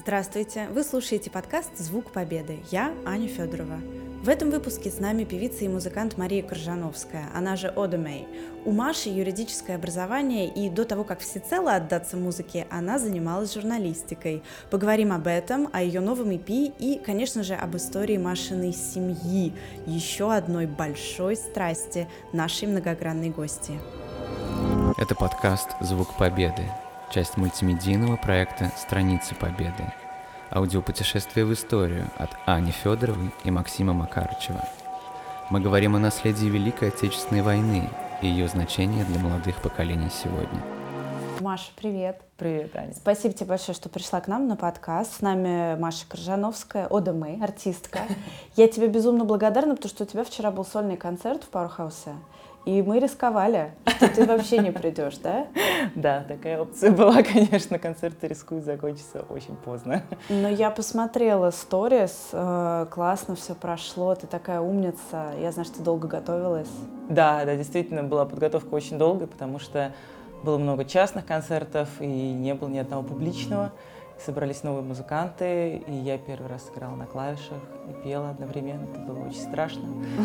Здравствуйте! Вы слушаете подкаст «Звук Победы». Я Аня Федорова. В этом выпуске с нами певица и музыкант Мария Коржановская, она же Ода Мэй. У Маши юридическое образование, и до того, как всецело отдаться музыке, она занималась журналистикой. Поговорим об этом, о ее новом EP и, конечно же, об истории Машиной семьи, еще одной большой страсти нашей многогранной гости. Это подкаст «Звук Победы», часть мультимедийного проекта «Страницы Победы». Аудиопутешествие в историю от Ани Федоровой и Максима Макарычева. Мы говорим о наследии Великой Отечественной войны и ее значении для молодых поколений сегодня. Маша, привет. Привет, Аня. Спасибо тебе большое, что пришла к нам на подкаст. С нами Маша Коржановская, Ода Мэй, артистка. Я тебе безумно благодарна, потому что у тебя вчера был сольный концерт в Пауэрхаусе. И мы рисковали, что ты вообще не придешь, да? Да, такая опция была, конечно. Концерты рискуют закончиться очень поздно. Но я посмотрела сторис, классно все прошло, ты такая умница. Я знаю, что ты долго готовилась. Да, действительно, была подготовка очень долгой, потому что было много частных концертов и не было ни одного публичного. Собрались новые музыканты, и я первый раз играла на клавишах и пела одновременно. Это было очень страшно,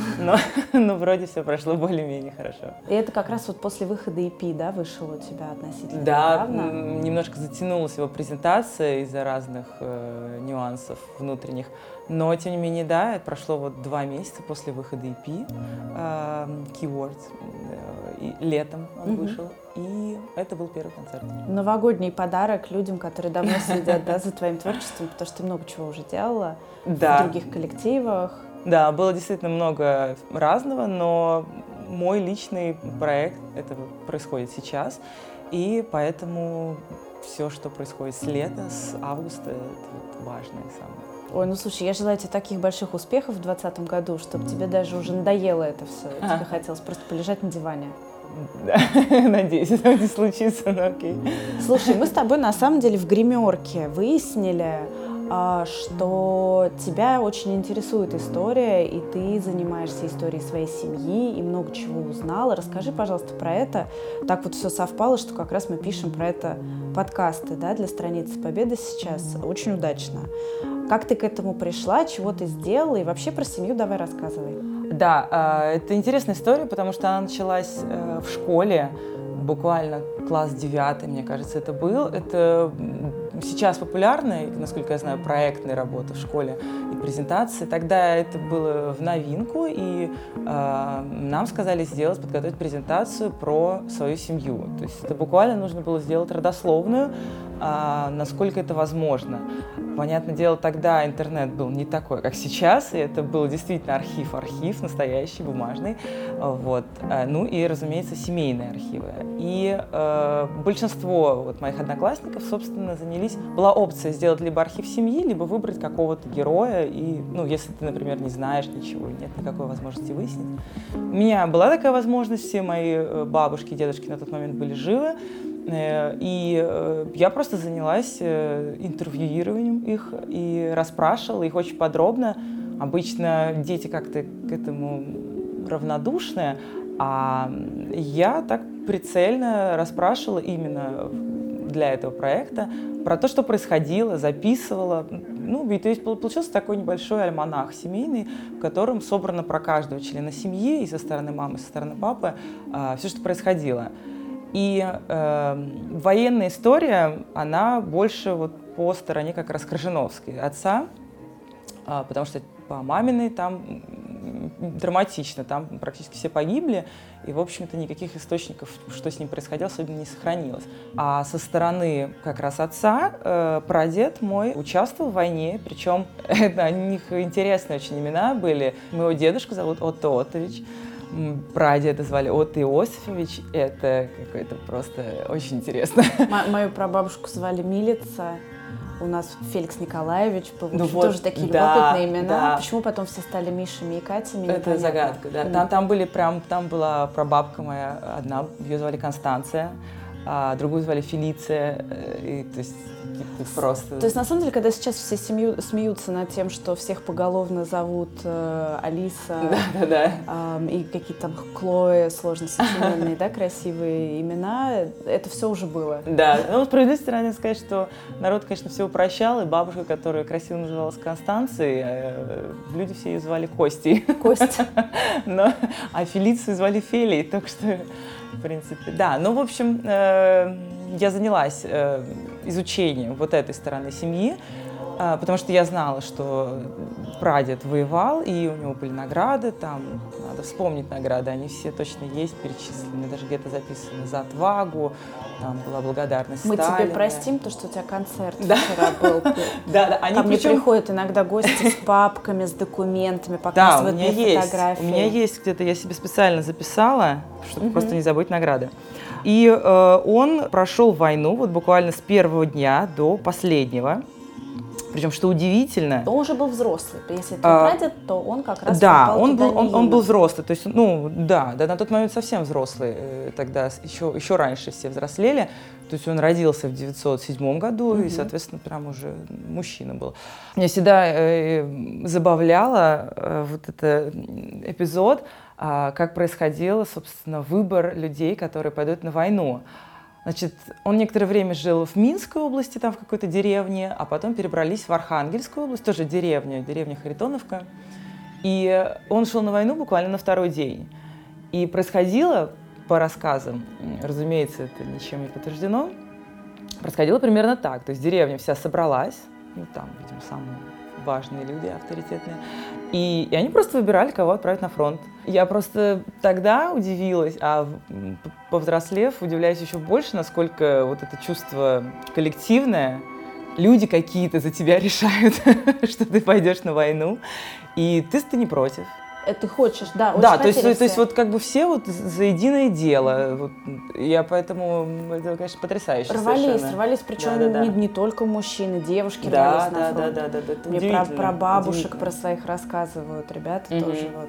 но вроде все прошло более-менее хорошо. И это как раз вот после выхода EP, да, вышел у тебя относительно недавно? Да, недавно? Немножко затянулась его презентация из-за разных нюансов внутренних. Но, тем не менее, да, прошло вот 2 месяца после выхода EP, Keywords, и летом он вышел, и это был первый концерт. Новогодний подарок людям, которые давно следят, да, за твоим творчеством, потому что ты много чего уже делала в других коллективах. Да, было действительно много разного, но мой личный проект, это происходит сейчас, и поэтому все, что происходит с лета, с августа, это важное самое. Ой, ну слушай, я желаю тебе таких больших успехов в 2020 году, чтобы тебе даже уже надоело это все. Тебе хотелось просто полежать на диване. Да, надеюсь, этого не случится, но окей. Слушай, мы с тобой на самом деле в гримерке выяснили, что тебя очень интересует история, и ты занимаешься историей своей семьи, и много чего узнала. Расскажи, пожалуйста, про это. Так вот все совпало, что как раз мы пишем про это подкасты, да, для страницы Победы сейчас. Очень удачно. Как ты к этому пришла, чего ты сделала, и вообще про семью давай рассказывай. Да, это интересная история, потому что она началась в школе, буквально класс 9, мне кажется, это был. Это сейчас популярная, насколько я знаю, проектная работа в школе и презентации. Тогда это было в новинку, и нам сказали подготовить презентацию про свою семью. То есть это буквально нужно было сделать родословную, насколько это возможно. Понятное дело, тогда интернет был не такой, как сейчас, и это был действительно архив настоящий, бумажный. Вот. Ну и, разумеется, семейные архивы. И большинство вот моих одноклассников, собственно, была опция сделать либо архив семьи, либо выбрать какого-то героя, и, ну, если ты, например, не знаешь ничего, нет никакой возможности выяснить. У меня была такая возможность, все мои бабушки и дедушки на тот момент были живы, и я просто занялась интервьюированием их и расспрашивала их очень подробно. Обычно дети как-то к этому равнодушны, а я так прицельно расспрашивала именно для этого проекта про то, что происходило, записывала. Ну, и то есть получился такой небольшой альманах семейный, в котором собрано про каждого члена семьи, и со стороны мамы, и со стороны папы, все, что происходило. И военная история, она больше вот по стороне как раз Коржановской, отца, потому что по маминой там драматично, там практически все погибли, и, в общем-то, никаких источников, что с ним происходило, особенно не сохранилось. А со стороны как раз отца прадед мой участвовал в войне, причем у них интересные очень имена были. Моего дедушку зовут Отто Оттович, прадеда звали Отто Иосифович. Это какое-то просто очень интересно. Мою прабабушку звали Милица. У нас Феликс Николаевич, ну вот, тоже такие любопытные имена. Да. Почему потом все стали Мишами и Катями? Это загадка, да. Там была прабабка моя одна, ее звали Констанция. а другую звали Фелиция, и, то есть просто... То есть, на самом деле, когда сейчас все смеются над тем, что всех поголовно зовут Алиса, и какие-то там Клои, сложно современные, да, красивые имена, это все уже было. Да, но справедливости ради сказать, что народ, конечно, все упрощал, и бабушка, которая красиво называлась Констанцией, люди все ее звали Костей. Костя. А Фелицию звали Фелей, так что, в принципе, да. Ну, в общем, я занялась изучением вот этой стороны семьи, потому что я знала, что прадед воевал, и у него были награды, там, надо вспомнить награды, они все точно есть, перечислены, даже где-то записаны за отвагу, там была благодарность Мы Сталина. тебе простим то, что у тебя концерт вчера был. Да, они ко мне приходят иногда гости с папками, с документами, показывают мне фотографии. У меня есть где-то, я себе специально записала, чтобы просто не забыть награды. И он прошел войну вот буквально с первого дня до последнего. Причем, что удивительно... Он уже был взрослый. Если это прадед, то он как раз да, попал он туда он был взрослый. То есть, ну, да, на тот момент совсем взрослый. Тогда еще раньше все взрослели. То есть он родился в 907 году, и, соответственно, прям уже мужчина был. Меня всегда забавляло вот этот эпизод, как происходил, собственно, выбор людей, которые пойдут на войну. Значит, он некоторое время жил в Минской области, там в какой-то деревне, а потом перебрались в Архангельскую область, тоже деревня Харитоновка. И он шел на войну буквально на второй день. И происходило, по рассказам, разумеется, это ничем не подтверждено, происходило примерно так. То есть деревня вся собралась, ну там, видимо, самые важные люди, авторитетные, и они просто выбирали, кого отправить на фронт. Я просто тогда удивилась, а повзрослев, удивляюсь еще больше, насколько вот это чувство коллективное, люди какие-то за тебя решают, что ты пойдешь на войну, и ты не против. Ты хочешь, да, очень да, хотели то есть вот как бы все вот за единое дело. Вот, я поэтому, это, конечно, потрясающе Рвались, причем не только мужчины, девушки рвались на фронт. Да. Мне про бабушек, про своих рассказывают ребята тоже вот.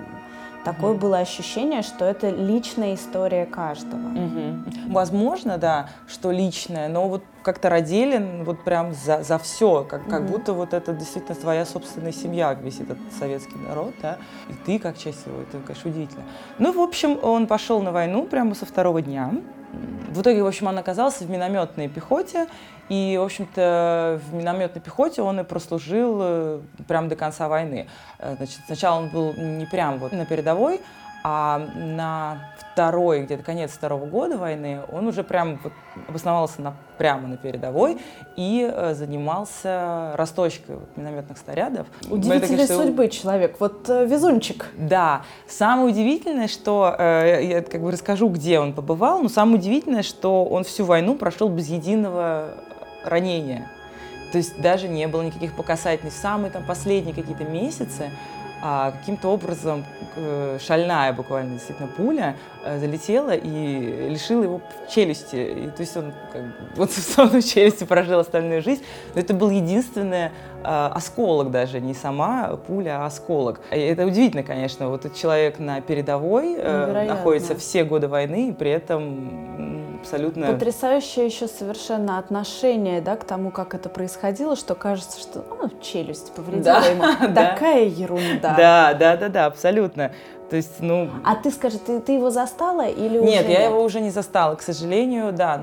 Такое было ощущение, что это личная история каждого. Возможно, да, что личное, но вот как-то родили вот прям за все, как будто вот это действительно твоя собственная семья, весь этот советский народ, да, и ты как часть его, это, конечно, удивительно. Ну, в общем, он пошел на войну прямо со второго дня. В итоге, в общем, он оказался в минометной пехоте, и, в общем-то, в минометной пехоте он и прослужил прямо до конца войны. Значит, сначала он был не прям вот на передовой, а на где-то конец второго года войны, он уже прям вот обосновался прямо на передовой и занимался расточкой минометных снарядов. Удивительной судьбы человек, вот везунчик. Да, самое удивительное, что, я как бы расскажу, где он побывал, но самое удивительное, что он всю войну прошел без единого ранения. То есть даже не было никаких по касательной. В самые там последние какие-то месяцы каким-то образом шальная буквально действительно пуля залетела и лишила его челюсти. И, то есть он как бы, вот в челюсти прожил остальную жизнь. Но это был единственный осколок даже, не сама пуля, а осколок. И это удивительно, конечно. Вот этот человек на передовой находится все годы войны, и при этом абсолютно... Потрясающее еще совершенно отношение, да, к тому, как это происходило, что кажется, что челюсть повредила ему. Такая ерунда. Да, абсолютно. То есть, ну... А ты скажи, ты его застала или уже нет? Нет, я его уже не застала, к сожалению, да.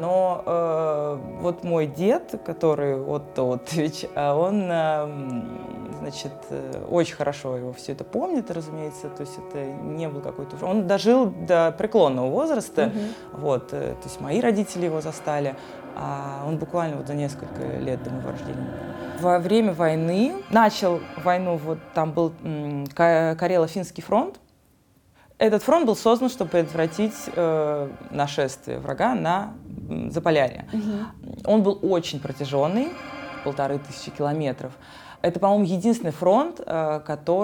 Но вот мой дед, который Отто Оттович, он, значит, очень хорошо его все это помнит, разумеется. То есть это не был какой-то... Он дожил до преклонного возраста. Вот, то есть мои родители его застали. А он буквально вот за несколько лет до моего рождения. Во время войны начал войну, вот там был Карело-Финский фронт. Этот фронт был создан, чтобы предотвратить нашествие врага на Заполярье. Он был очень протяженный, 1500 километров. Это, по-моему, единственный фронт, в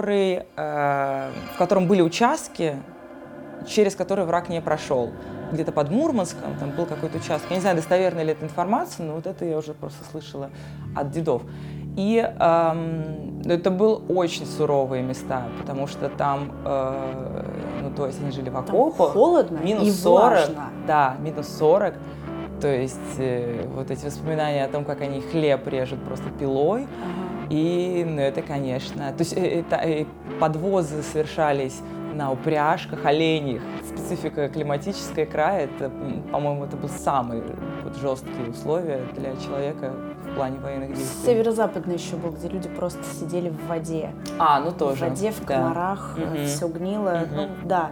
котором были участки, через которые враг не прошел. Где-то под Мурманском там был какой-то участок. Я не знаю, достоверная ли эта информация, но вот это я уже просто слышала от дедов. И это были очень суровые места, потому что там, ну, то есть они жили в окопах. Холодно минус и 40, влажно. Да, минус 40. То есть вот эти воспоминания о том, как они хлеб режут просто пилой. И, ну, это, конечно... То есть подвозы совершались на упряжках, оленях. Специфика климатическая края, это, по-моему, это был самые вот жесткие условия для человека в плане военных действий. Северо-западный еще был, где люди просто сидели в воде. Ну тоже. В воде, в комарах, да. все гнило. Ну, да.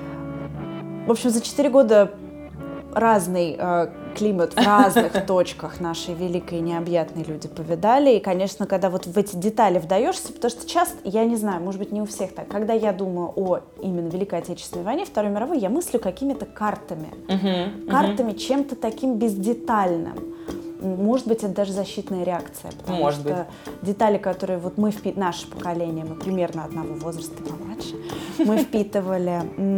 В общем, за 4 года разный климат в разных точках нашей великой и необъятной люди повидали. И, конечно, когда вот в эти детали вдаешься, потому что часто, я не знаю, может быть, не у всех так, когда я думаю о именно Великой Отечественной войне, Второй мировой, я мыслю какими-то картами. Картами, чем-то таким бездетальным. Может быть, это даже защитная реакция, потому что детали, которые вот мы, наше поколение, мы примерно одного возраста, помладше, мы впитывали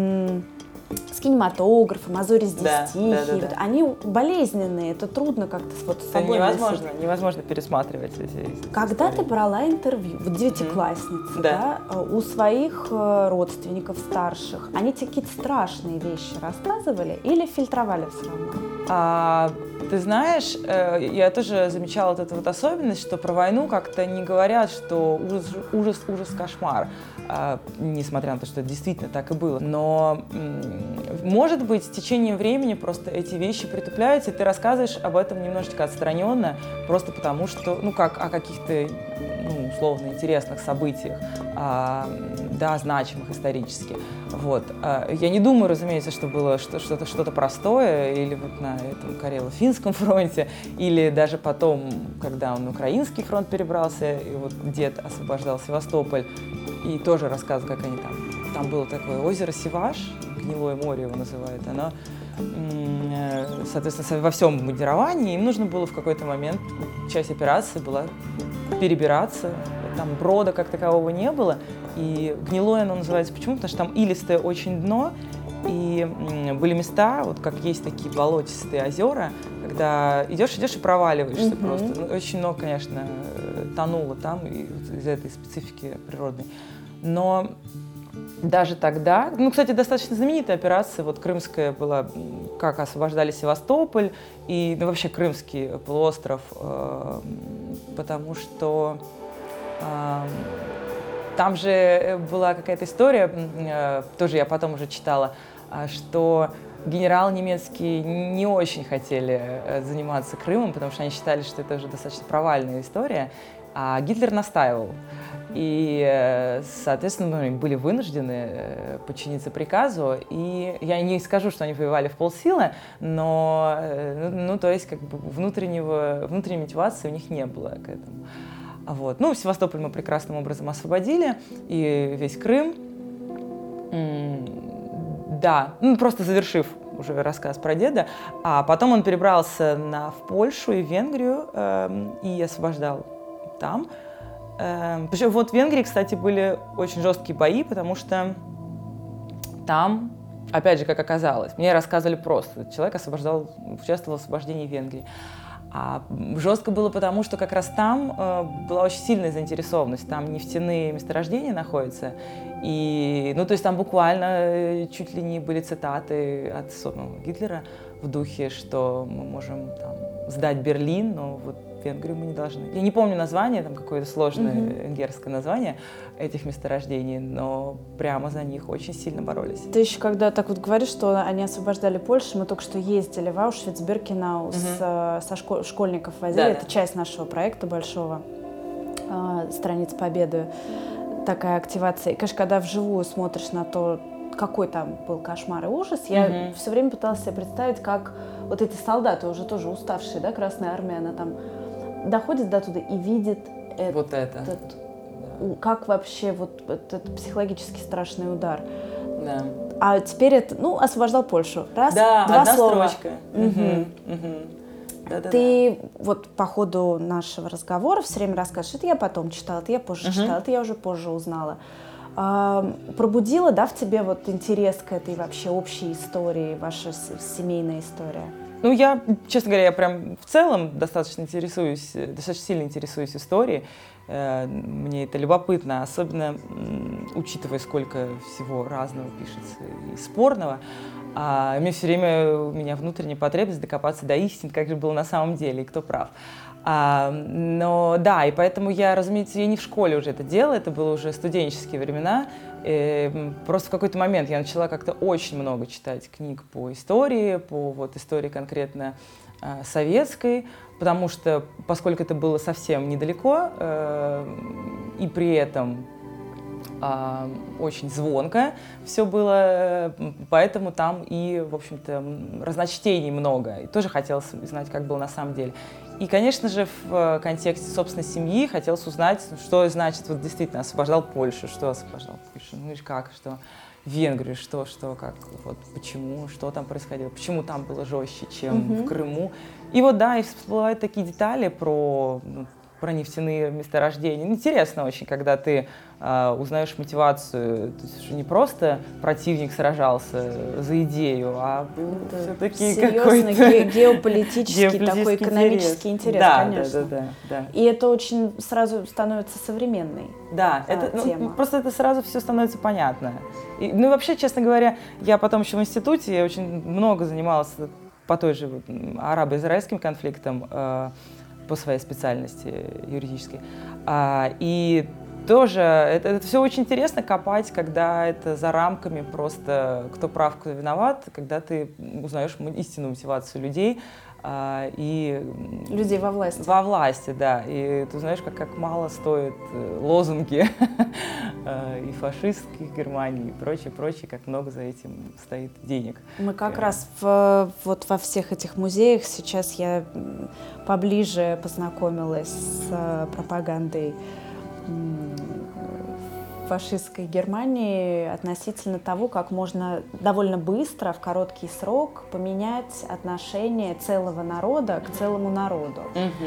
с кинематографом, «Азори здесь тихие», вот, они болезненные, это трудно как-то вот с собой носить. Невозможно пересматривать эти Когда ты брала интервью, вот девятиклассница, да, у своих родственников старших, они тебе какие-то страшные вещи рассказывали или фильтровали все равно? Ты знаешь, я тоже замечала вот эту вот особенность, что про войну как-то не говорят, что ужас, кошмар, несмотря на то, что это действительно так и было. Но, может быть, с течением времени просто эти вещи притупляются, и ты рассказываешь об этом немножечко отстраненно, просто потому что, ну, как о каких-то, ну, условно интересных событиях, да, значимых исторически. Вот. Я не думаю, разумеется, что было что-то простое, или вот на этом Карело-Финском фронте, или даже потом, когда он на Украинский фронт перебрался, и вот дед освобождал Севастополь, и тоже рассказывал, как они там было такое озеро Севаш, Гнилое море его называют, оно, соответственно, во всем мундировании, им нужно было в какой-то момент, часть операции была перебираться, там брода как такового не было, и гнилое оно называется почему? Потому что там илистое очень дно, и были места, вот как есть такие болотистые озера, когда идешь и проваливаешься просто. Ну, очень много, конечно, тонуло там из-за этой специфики природной. Но даже тогда, ну, кстати, достаточно знаменитая операция, вот крымская была, как освобождали Севастополь и, ну, вообще Крымский полуостров, потому что там же была какая-то история, тоже я потом уже читала, что генералы немецкие не очень хотели заниматься Крымом, потому что они считали, что это уже достаточно провальная история, а Гитлер настаивал. И, соответственно, ну, были вынуждены подчиниться приказу. И я не скажу, что они воевали в полсилы, но, ну, то есть, как бы внутренней мотивации у них не было к этому. Вот. Ну, Севастополь мы прекрасным образом освободили, и весь Крым. Да, ну, просто завершив уже рассказ про деда, а потом он перебрался в Польшу и в Венгрию и освобождал там. Причем вот в Венгрии, кстати, были очень жесткие бои, потому что там, опять же, как оказалось, мне рассказывали просто, человек участвовал в освобождении Венгрии. А жестко было потому, что как раз там была очень сильная заинтересованность, там нефтяные месторождения находятся, и, ну, то есть там буквально чуть ли не были цитаты от самого Гитлера в духе, что мы можем там сдать Берлин, но вот Венгрию мы не должны. Я не помню название, там какое-то сложное венгерское название этих месторождений, но прямо за них очень сильно боролись. Ты еще когда так вот говоришь, что они освобождали Польшу, мы только что ездили в Аушвиц-Биркенау, со школьников возили, да, это часть нашего проекта большого, «Страница Победы», такая активация. И, конечно, когда вживую смотришь на то, какой там был кошмар и ужас, я все время пыталась себе представить, как вот эти солдаты, уже тоже уставшие, да, Красная Армия, она там доходит до туда и видит вот это. Как вообще вот этот психологически страшный удар. Да. А теперь это, ну, освобождал Польшу. Раз, да, два одна слова. Строчка. Ты вот по ходу нашего разговора все время рассказываешь, это я потом читала, это я позже читала, это я уже позже узнала. Пробудила, да, в тебе вот интерес к этой вообще общей истории, ваша семейная история? Ну, я, честно говоря, я прям в целом достаточно сильно интересуюсь историей. Мне это любопытно, особенно учитывая, сколько всего разного пишется и спорного. Мне все время, у меня внутренняя потребность докопаться до истин, как же было на самом деле и кто прав. Но да, и поэтому я, разумеется, я не в школе уже это делала, это было уже студенческие времена. Просто в какой-то момент я начала как-то очень много читать книг по истории, по вот истории конкретно советской, потому что, поскольку это было совсем недалеко, и при этом очень звонко все было, поэтому там и, в общем-то, разночтений много. И тоже хотелось знать, как было на самом деле. И, конечно же, в контексте собственной семьи хотелось узнать, что значит вот действительно освобождал Польшу, что освобождал Польшу, ну и как, что Венгрию, что, как, вот почему, что там происходило, почему там было жестче, чем в Крыму. И вот, да, и всплывают такие детали про нефтяные месторождения. Интересно очень, когда ты узнаешь мотивацию. То есть не просто противник сражался за идею, а все-таки серьезный геополитический такой экономический интерес, да, конечно. Да. И это очень сразу становится современной тема. Просто это сразу все становится понятно. И вообще, честно говоря, я потом еще в институте я очень много занималась по той же арабо-израильским конфликтам, по своей специальности юридической. И тоже это все очень интересно копать, когда это за рамками просто кто прав, кто виноват, когда ты узнаешь истинную мотивацию людей. И людей во власти. Во власти, да. И ты знаешь, как мало стоят лозунги и фашистских Германии, и прочее, как много за этим стоит денег. Мы как раз вот во всех этих музеях сейчас я поближе познакомилась с пропагандой фашистской Германии относительно того, как можно довольно быстро, в короткий срок поменять отношение целого народа к целому народу.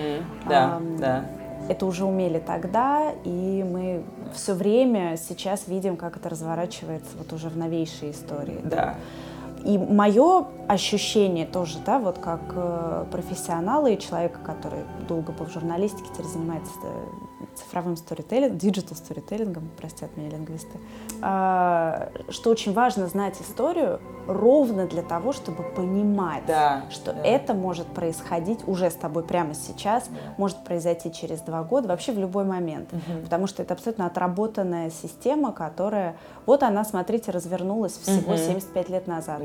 Да. Это уже умели тогда, и мы все время сейчас видим, как это разворачивается вот уже в новейшей истории. Да. И мое ощущение тоже, да, вот как профессионала и человека, который долго был в журналистике, теперь занимается цифровым сторителлингом, диджитал сторителлингом, простят меня лингвисты, что очень важно знать историю ровно для того, чтобы понимать, что это может происходить уже с тобой прямо сейчас, может произойти через 2 года, вообще в любой момент, потому что это абсолютно отработанная система, которая, вот она, смотрите, развернулась всего 75 лет назад.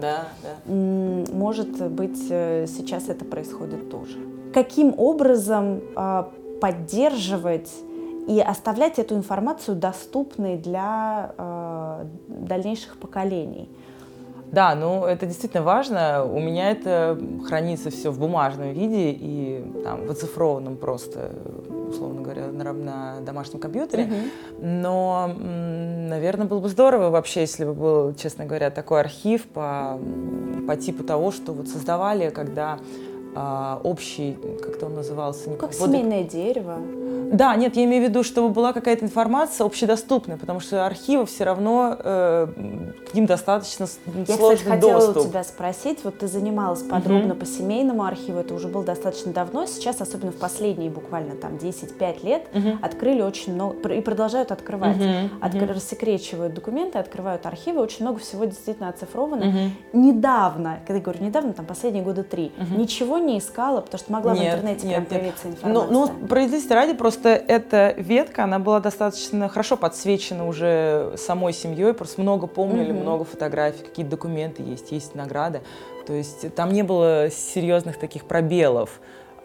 Может быть, сейчас это происходит тоже. Каким образом поддерживать и оставлять эту информацию доступной для дальнейших поколений? Да, это действительно важно. У меня это хранится все в бумажном виде и там, в оцифрованном просто, условно говоря, на домашнем компьютере. Но, наверное, было бы здорово вообще, если бы был, честно говоря, такой архив по типу того, что вот создавали, когда общий, как-то он назывался? Как семейное дерево. Да, нет, я имею в виду, чтобы была какая-то информация общедоступная, потому что архивы все равно к ним достаточно сложный доступ. Я, кстати, хотела у тебя спросить, вот ты занималась подробно по семейному архиву, это уже было достаточно давно, сейчас, особенно в последние буквально там 10-5 лет, открыли очень много, и продолжают открывать, рассекречивают документы, открывают архивы, очень много всего действительно оцифровано. Недавно, когда я говорю недавно, там последние года 3, ничего не искала, потому что могла в интернете прям появиться информация. Ну, справедливости ради, просто эта ветка, она была достаточно хорошо подсвечена уже самой семьей, просто много помнили, много фотографий, какие-то документы есть награды. То есть там не было серьезных таких пробелов.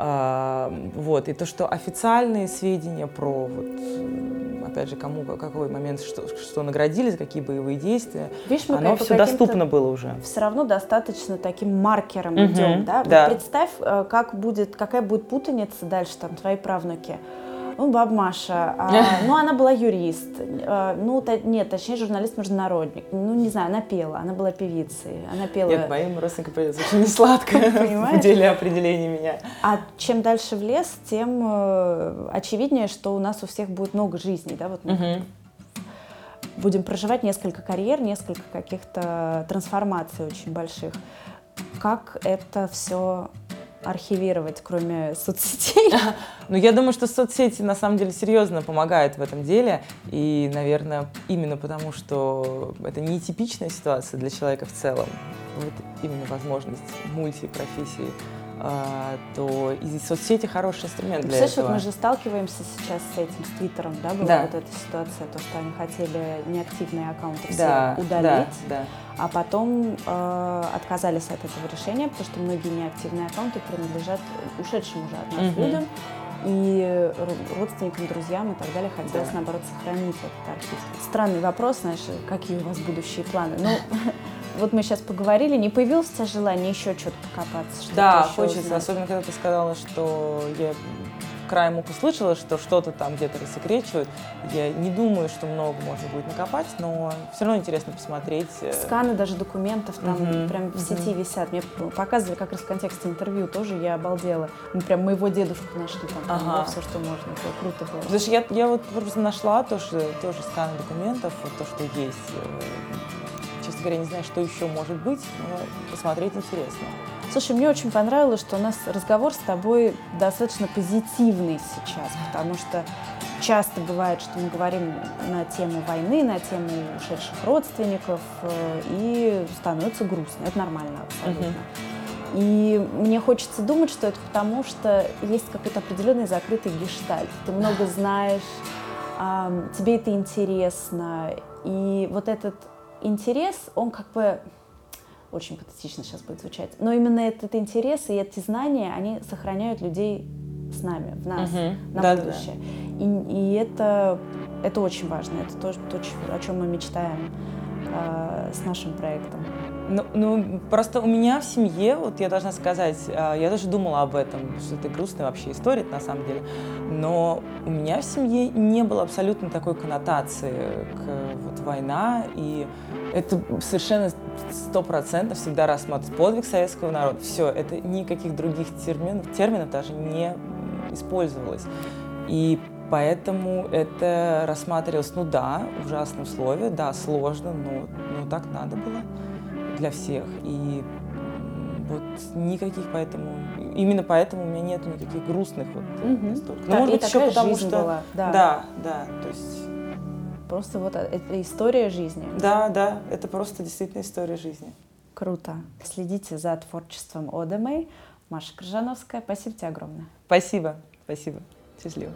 Вот. И то, что официальные сведения про, вот, опять же, кому, в какой момент, что наградили, за какие боевые действия, видишь, оно все доступно было уже. Все равно достаточно таким маркером идем, да? Да. Вот представь, какая будет путаница дальше, там, твои правнуки. Ну, баба Маша, она была юрист, точнее, журналист-международник, не знаю, она пела, она была певицей, она пела... Нет, моим родственникам придется очень несладко в деле определения меня. А чем дальше в лес, тем очевиднее, что у нас у всех будет много жизней, да, вот мы будем проживать несколько карьер, несколько каких-то трансформаций очень больших. Как это все архивировать, кроме соцсетей? Я думаю, что соцсети на самом деле серьезно помогают в этом деле. И, наверное, именно потому, что это не типичная ситуация для человека в целом. вот именно возможность мультипрофессии, то и соцсети хороший инструмент для Представляешь, этого. вот мы же сталкиваемся сейчас с этим, с Твиттером, да, была Да. вот эта ситуация, то, что они хотели неактивные аккаунты все Да, удалить, да. а потом отказались от этого решения, потому что многие неактивные аккаунты принадлежат ушедшим уже от нас людям, и родственникам, друзьям и так далее хотелось, наоборот, сохранить этот архив. Странный вопрос, знаешь, какие у вас будущие планы? Ну, вот мы сейчас поговорили, не появилось у тебя желание еще что-то покопаться? Что-то Да, еще хочется, узнать? особенно когда ты сказала, что я краем уха услышала, что что-то там где-то рассекречивают. Я не думаю, что много можно будет накопать, но все равно интересно посмотреть. Сканы даже документов там прям в сети висят. Мне показывали как раз в контексте интервью, тоже я обалдела. Мы прям моего дедушку нашли там, все, что можно. Это круто было. Потому что я вот просто нашла тоже сканы документов, вот то, что есть. Честно говоря, не знаю, что еще может быть, но посмотреть интересно. Слушай, мне очень понравилось, что у нас разговор с тобой достаточно позитивный сейчас, потому что часто бывает, что мы говорим на тему войны, на тему ушедших родственников, и становится грустно. Это нормально абсолютно. И мне хочется думать, что это потому, что есть какой-то определенный закрытый гештальт. Ты много знаешь, тебе это интересно. И вот этот интерес, он как бы... Очень патетично сейчас будет звучать. Но именно этот интерес и эти знания, они сохраняют людей с нами, в нас, на будущее. И это очень важно. Это то, о чем мы мечтаем с нашим проектом. Ну, просто у меня в семье, вот я должна сказать, я даже думала об этом, что это грустная вообще история на самом деле, но у меня в семье не было абсолютно такой коннотации к вот, война, и это совершенно 100% всегда рассматривается подвиг советского народа. Все, это никаких других терминов даже не использовалось. И поэтому это рассматривалось, ну да, в ужасном слове, да, сложно, но так надо было для всех. И вот никаких именно поэтому у меня нет никаких грустных вот историй. Ну, может быть, еще потому жизнь что... была. Да, то есть... Просто вот это история жизни. Да, это просто действительно история жизни. Круто. Следите за творчеством Одемей. Маша Крыжановская, спасибо тебе огромное. Спасибо. Счастливо.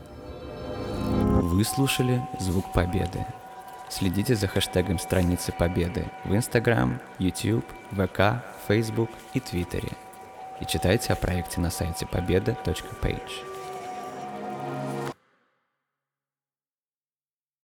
Вы слушали «Звук Победы». Следите за хэштегом страницы Победы в Instagram, YouTube, ВК, Facebook и Твиттере. И читайте о проекте на сайте победа.page.